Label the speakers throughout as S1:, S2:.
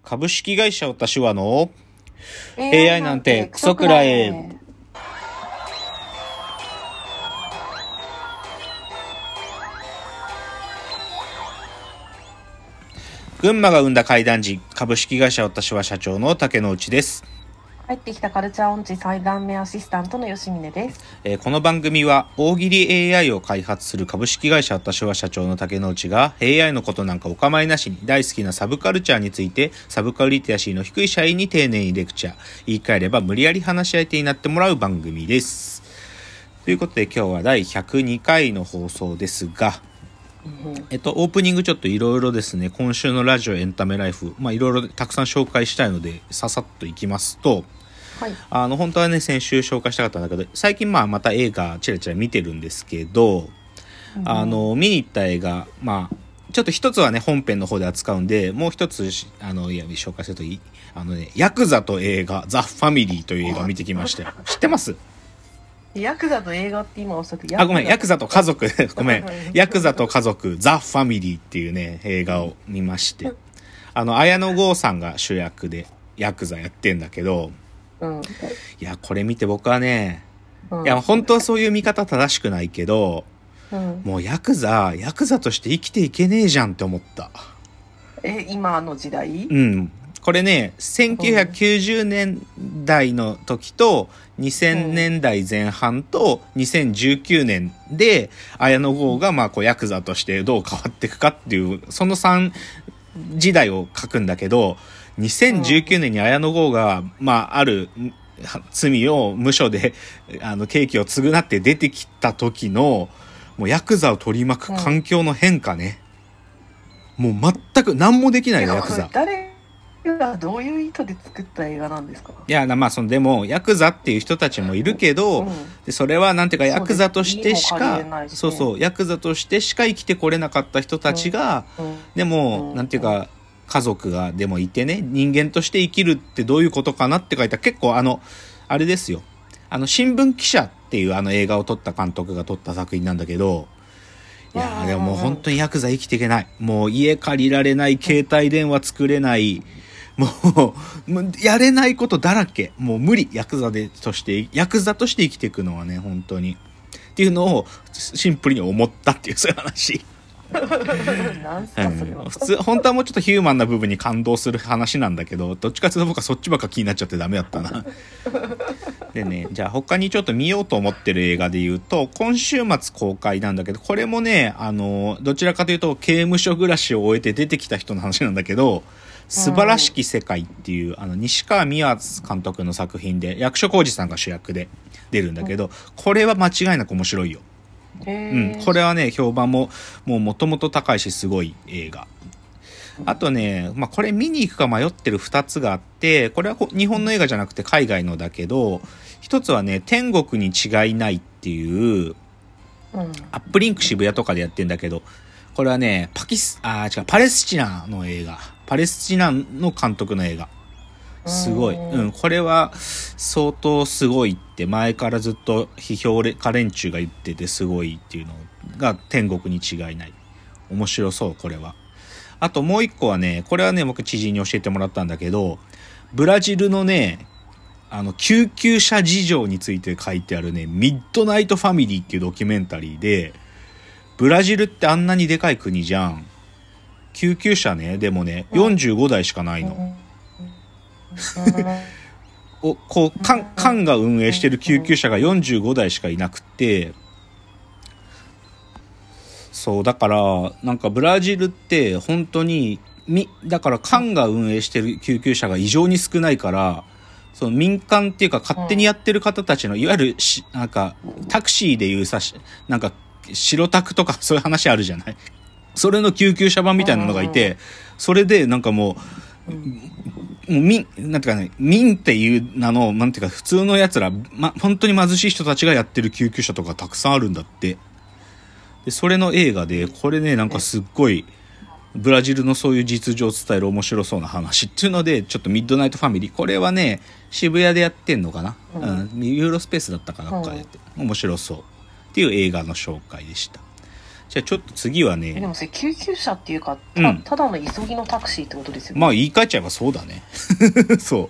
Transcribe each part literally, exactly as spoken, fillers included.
S1: 株式会社私はの エーアイ なんてクソくらえ。群馬が生んだ怪談時、株式会社私は社長の竹之内です。
S2: 入ってきたカルチャー音痴最段目アシスタントの吉峰です。
S1: えー、この番組は大喜利 エーアイ を開発する株式会社私は社長の竹之内が エーアイ のことなんかお構いなしに大好きなサブカルチャーについてサブカルリテラシーの低い社員に丁寧にレクチャー、言い換えれば無理やり話し相手になってもらう番組です。ということで今日はだいひゃくにかいの放送ですが、えっと、オープニングちょっといろいろですね、今週のラジオエンタメライフ、まあいろいろたくさん紹介したいので、ささっといきますと、
S2: はい、
S1: あの、本当はね、先週紹介したかったんだけど、最近まあまた映画チラチラ見てるんですけど、うん、あの、見に行った映画、まあ、ちょっと一つはね、本編の方で扱うんで、もう一つ、あの、いや、紹介するといい、あのね、ヤクザと映画、ザ・ファミリーという映画を見てきましたよ。知ってます？
S2: ヤクザと映画って今おっしゃって、
S1: あ、ごめん、ヤクザと家族、ごめん、ヤクザと家族、ザ・ファミリーっていうね、映画を見まして、あの、綾野剛さんが主役でヤクザやってんだけど、うん、いや、これ見て僕はね、うん、いや、本当はそういう見方正しくないけど、うん、もうヤクザ、ヤクザとして生きていけねえじゃんって思った。
S2: え、今の時代？
S1: うん。これね、せんきゅうひゃくきゅうじゅうねんだいの時と、にせんねんだいぜん半とにせんじゅうきゅうねんで、綾野剛がまあこうヤクザとしてどう変わっていくかっていう、そのさん時代を書くんだけど、にせんじゅうきゅうねんに綾野剛が、まあ、ある罪を無所で、あの、刑期を償って出てきた時の、もうヤクザを取り巻く環境の変化ね。もう全く何もできないよ、ヤクザ。
S2: 誰がどういう意図で作った映画なんですか？
S1: いや、まあ、その、でも、ヤクザっていう人たちもいるけど、うん、でそれはなんていうか、ヤクザとしてしか、そうそう、ヤクザとしてしか生きてこれなかった人たちが、うんうん、でも、なんていうか、家族がでもいてね、人間として生きるってどういうことかなって書いた結構あの、あれですよ。あの、新聞記者っていうあの映画を撮った監督が撮った作品なんだけど、いやーでももう本当にヤクザ生きていけない。もう家借りられない、携帯電話作れない、もう、もうやれないことだらけ。もう無理。ヤクザでとして、ヤクザとして生きていくのはね、本当に。っていうのをシンプルに思ったっていうそういう話。
S2: なんすかそれは、
S1: うん、普通本当はもうちょっとヒューマンな部分に感動する話なんだけど、どっちかというと僕はそっちばっか気になっちゃってダメだったな。でね、じゃあ他にちょっと見ようと思ってる映画で言うと、今週末公開なんだけど、これもね、あのどちらかというと刑務所暮らしを終えて出てきた人の話なんだけど、素晴らしき世界っていう、あの西川美和監督の作品で、役所広司さんが主役で出るんだけど、これは間違いなく面白いよ。うん、これはね、評判ももう元々高いしすごい映画。あとね、まあ、これ見に行くか迷ってるふたつがあって、これは日本の映画じゃなくて海外のだけど、一つはね、天国に違いないっていう、うん、アップリンク渋谷とかでやってんだけど、これはね、パキス、あー違う、パレスチナの映画。パレスチナの監督の映画。すごい。うん、これは相当すごいって前からずっと批評家連中が言っててすごいっていうのが天国に違いない。面白そう、これは。あともう一個はね、これはね、僕知人に教えてもらったんだけど、ブラジルのね、あの、救急車事情について書いてあるね、ミッドナイトファミリーっていうドキュメンタリーで、ブラジルってあんなにでかい国じゃん。救急車ね、でもね、よんじゅうごだいしかないの。おこう官、官が運営してる救急車がよんじゅうごだいしかいなくて、そうだからなんかブラジルって本当にみだから官が運営してる救急車が異常に少ないから、その民間っていうか勝手にやってる方たちのいわゆるしなんかタクシーでいうさなんか白タクとかそういう話あるじゃない。それの救急車版みたいなのがいて、それでなんかもうもう民、なんていうかね、民っていう名の、なんていうか普通の奴ら、ま、本当に貧しい人たちがやってる救急車とかたくさんあるんだって。で、それの映画で、これね、なんかすっごい、ブラジルのそういう実情を伝える面白そうな話っていうので、ちょっとミッドナイトファミリー、これはね、渋谷でやってんのかな、うんうん、ユーロスペースだったかなんかでやって、面白そうっていう映画の紹介でした。 じゃあちょっと次はね。
S2: でもそれ救急車っていうか、た,、
S1: うん、
S2: ただの急ぎのタクシーってことですよね。
S1: まあ言い換えちゃえばそうだね。そう。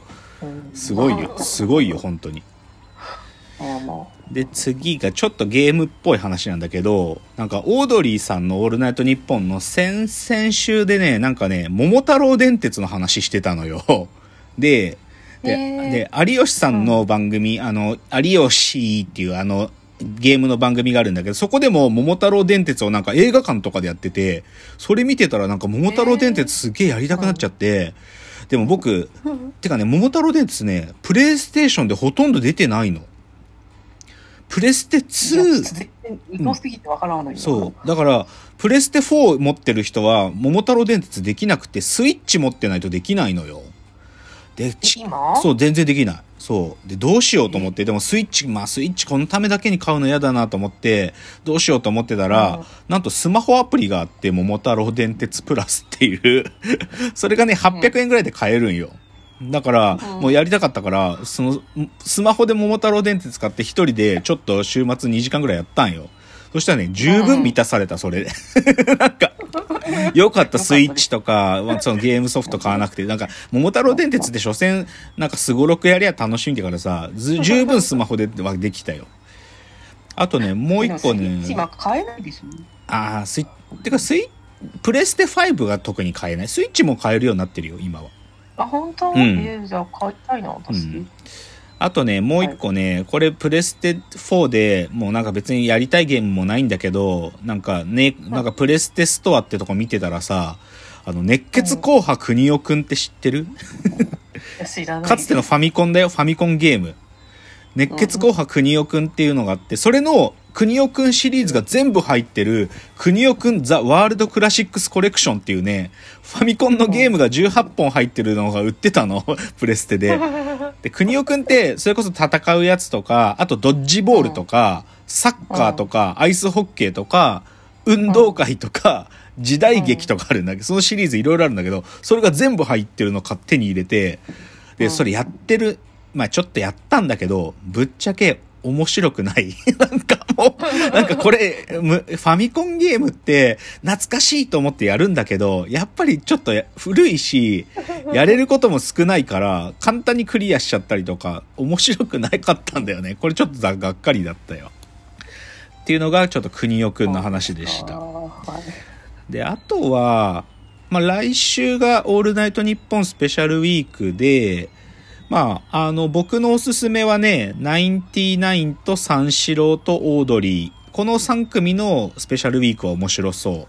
S1: すごいよ。すごいよ、本当に。
S2: あまあ、
S1: で、次がちょっとゲームっぽい話なんだけど、なんかオードリーさんのオールナイトニッポンの先々週でね、なんかね、桃太郎電鉄の話してたのよ。で、で、で有吉さんの番組、うん、あの、有吉っていうあの、ゲームの番組があるんだけど、そこでも桃太郎電鉄をなんか映画館とかでやってて、それ見てたらなんか桃太郎電鉄すげえやりたくなっちゃって、でも僕、てかね、桃太郎電鉄ね、プレイステーションでほとんど出てないの。プレステツー、
S2: 遠すぎてわからない、うん、
S1: そう。だから、プレステフォー持ってる人は、桃太郎電鉄できなくて、スイッチ持ってないとできないのよ。で、
S2: 今
S1: そう、全然できない。そう。で、どうしようと思って、でもスイッチ、まあスイッチこのためだけに買うの嫌だなと思って、どうしようと思ってたら、うん、なんとスマホアプリがあって、桃太郎電鉄プラスっていう、それがね、はっぴゃくえんぐらいで買えるんよ。だから、うん、もうやりたかったから、その、スマホで桃太郎電鉄使って一人でちょっと週末にじかんぐらいやったんよ。そしたらね、十分満たされた、それで。なんか、よかった、スイッチとか、そのゲームソフト買わなくて、なんか、桃太郎電鉄って所詮、なんかすごろくやりゃ楽しみだからさ、十分スマホではできたよ。あとね、もう一個ね。
S2: スイッチ今買えないでしょ。
S1: ああ、スイッチ、てかスイッ、プレステファイブが特に買えない。スイッチも買えるようになってるよ、今は。
S2: あ、本当？
S1: うん、
S2: えー、じゃあ買いたいな、私。うん、
S1: あとね、もう一個ね、はい、これプレステフォーで、もうなんか別にやりたいゲームもないんだけど、なんかね、なんかプレステストアってとこ見てたらさ、あの、熱血硬派国尾くんって知ってる？
S2: うん、知らない。
S1: かつてのファミコンだよ、ファミコンゲーム。熱血硬派国尾くんっていうのがあって、それの国尾くんシリーズが全部入ってる、国尾くんザ・ワールドクラシックスコレクションっていうね、ファミコンのゲームがじゅうはっぽん入ってるのが売ってたの、プレステで。で、国尾くんって、それこそ戦うやつとか、あとドッジボールとか、サッカーとか、アイスホッケーとか、運動会とか、時代劇とかあるんだけど、そのシリーズいろいろあるんだけど、それが全部入ってるのを手に入れて、で、それやってる、まあちょっとやったんだけど、ぶっちゃけ面白くない。なんかもう、なんかこれ、ファミコンゲームって懐かしいと思ってやるんだけど、やっぱりちょっと古いし、やれることも少ないから、簡単にクリアしちゃったりとか、面白くなかったんだよね。これちょっとがっかりだったよ。っていうのがちょっと国尾くんの話でした。で、あとは、まあ来週がオールナイトニッポンスペシャルウィークで、まあ、あの、僕のおすすめはね、ナインティナインと三四郎とオードリー。このさん組のスペシャルウィークは面白そう。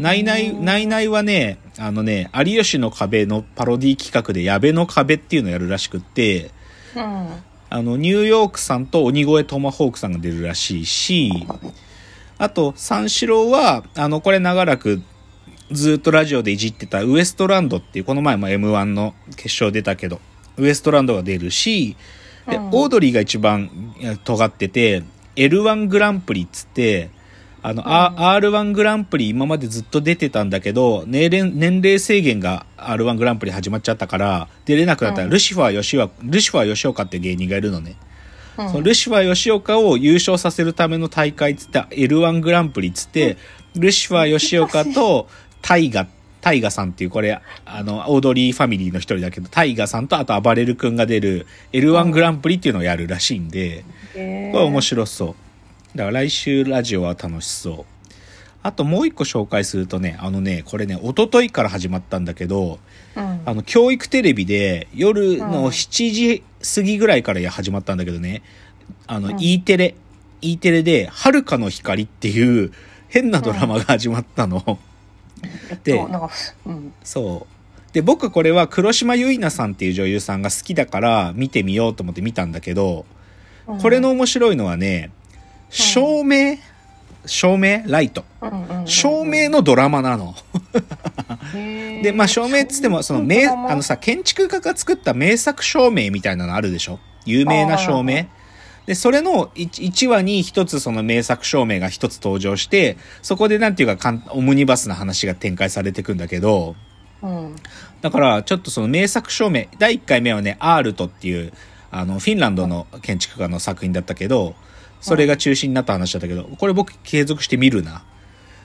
S1: ナイナイ、ナイナイはね、あのね、有吉の壁のパロディ企画で矢部の壁っていうのをやるらしくって、うん、あの、ニューヨークさんと鬼越トマホークさんが出るらしいし、あと、三四郎は、あの、これ長らくずっとラジオでいじってたウエストランドっていう、この前も エムワン の決勝出たけど、ウエストランドが出るし、で、うん、オードリーが一番尖ってて、エルワン グランプリっつって、あの、うん、アールワン グランプリ今までずっと出てたんだけど、年齢、年齢制限が アールワン グランプリ始まっちゃったから、出れなくなったら、うん、ルシファー吉岡、ルシファー吉岡って芸人がいるのね。うん、そのルシファー吉岡を優勝させるための大会っつって、エルワン グランプリっつって、うん、ルシファー吉岡とタイガタイガさんっていう、これ、あの、オードリーファミリーの一人だけど、タイガさんと、あと、暴れるくんが出る エルワン グランプリっていうのをやるらしいんで、これ面白そう。だから来週ラジオは楽しそう。あともう一個紹介するとね、あのね、これね、一昨日から始まったんだけど、うん、あの、教育テレビで夜のしちじ過ぎぐらいから始まったんだけどね、あの、うん、E テレ、E テレで、遥かの光っていう変なドラマが始まったの。うんで、うん、そうで僕これは黒島結菜さんっていう女優さんが好きだから見てみようと思って見たんだけど、うん、これの面白いのはね、照明、うん、照明ライト、うんうんうんうん、照明のドラマなので、まあ照明っつってもその名あのさ建築家が作った名作照明みたいなのあるでしょ、有名な照明で、それのいちわに一つその名作照明が一つ登場して、そこでなんていうかオムニバスな話が展開されていくんだけど、うん、だからちょっとその名作照明、だいいっかいめはね、アールトっていう、あの、フィンランドの建築家の作品だったけど、それが中心になった話だったけど、これ僕継続して見るな。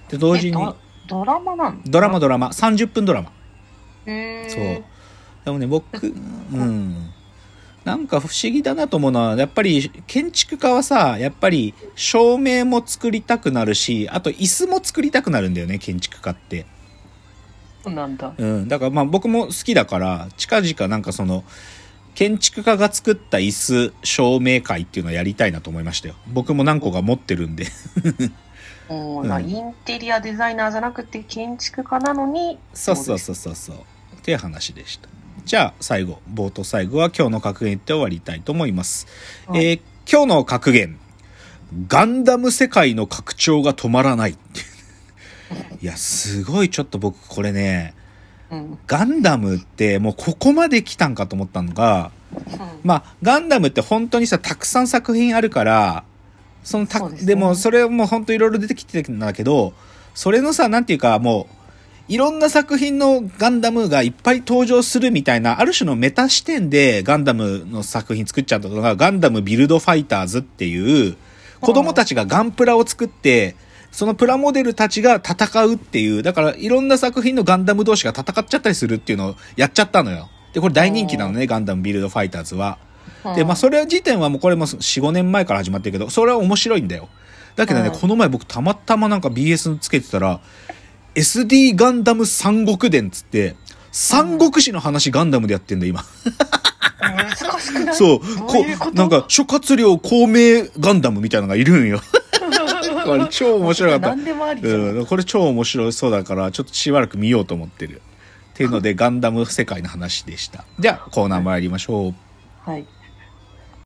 S1: で同時に
S2: ド、ドラマなの？
S1: ドラマドラマさんじゅっぷんドラマ。
S2: へー。
S1: そうでもね僕うんなんか不思議だなと思うのはやっぱり建築家はさやっぱり照明も作りたくなるしあと椅子も作りたくなるんだよね建築家って。
S2: そうなんだ。
S1: うん、だからまあ僕も好きだから近々なんかその建築家が作った椅子照明会っていうのをやりたいなと思いましたよ。僕も何個か持ってるんで
S2: おー、
S1: うん
S2: まあインテリアデザイナーじゃなくて建築家なのに。
S1: そうそうそうそうそうっていう話でした。じゃあ最後冒頭最後は今日の格言言って終わりたいと思います、
S2: はい
S1: えー、今日の格言ガンダム世界の拡張が止まらないいやすごいちょっと僕これね
S2: うん。
S1: ガンダムってもうここまで来たんかと思ったのがまあガンダムって本当にさたくさん作品あるからそのた
S2: そうですね
S1: でもそれもう本当いろいろ出てきてるんだけどそれのさなんていうかもういろんな作品のガンダムがいっぱい登場するみたいなある種のメタ視点でガンダムの作品作っちゃったのがガンダムビルドファイターズっていう子供たちがガンプラを作ってそのプラモデルたちが戦うっていうだからいろんな作品のガンダム同士が戦っちゃったりするっていうのをやっちゃったのよ。でこれ大人気なのねガンダムビルドファイターズは。でまあそれ時点はもうこれも よん,ご 年前から始まってるけどそれは面白いんだよ。だけどねこの前僕たまたまなんか ビーエス つけてたらエスディー ガンダム三国伝つって三国志の話ガンダムでやってんだ今
S2: 難しくない？
S1: そう
S2: どういうこと？
S1: なんか諸葛亮孔明ガンダムみたいなのがいるんよこれ超面白かった
S2: 何でもありじゃん。
S1: うん、これ超面白そうだからちょっとしばらく見ようと思ってるっていうのでガンダム世界の話でした。じゃあコーナー参りましょう。
S2: はい。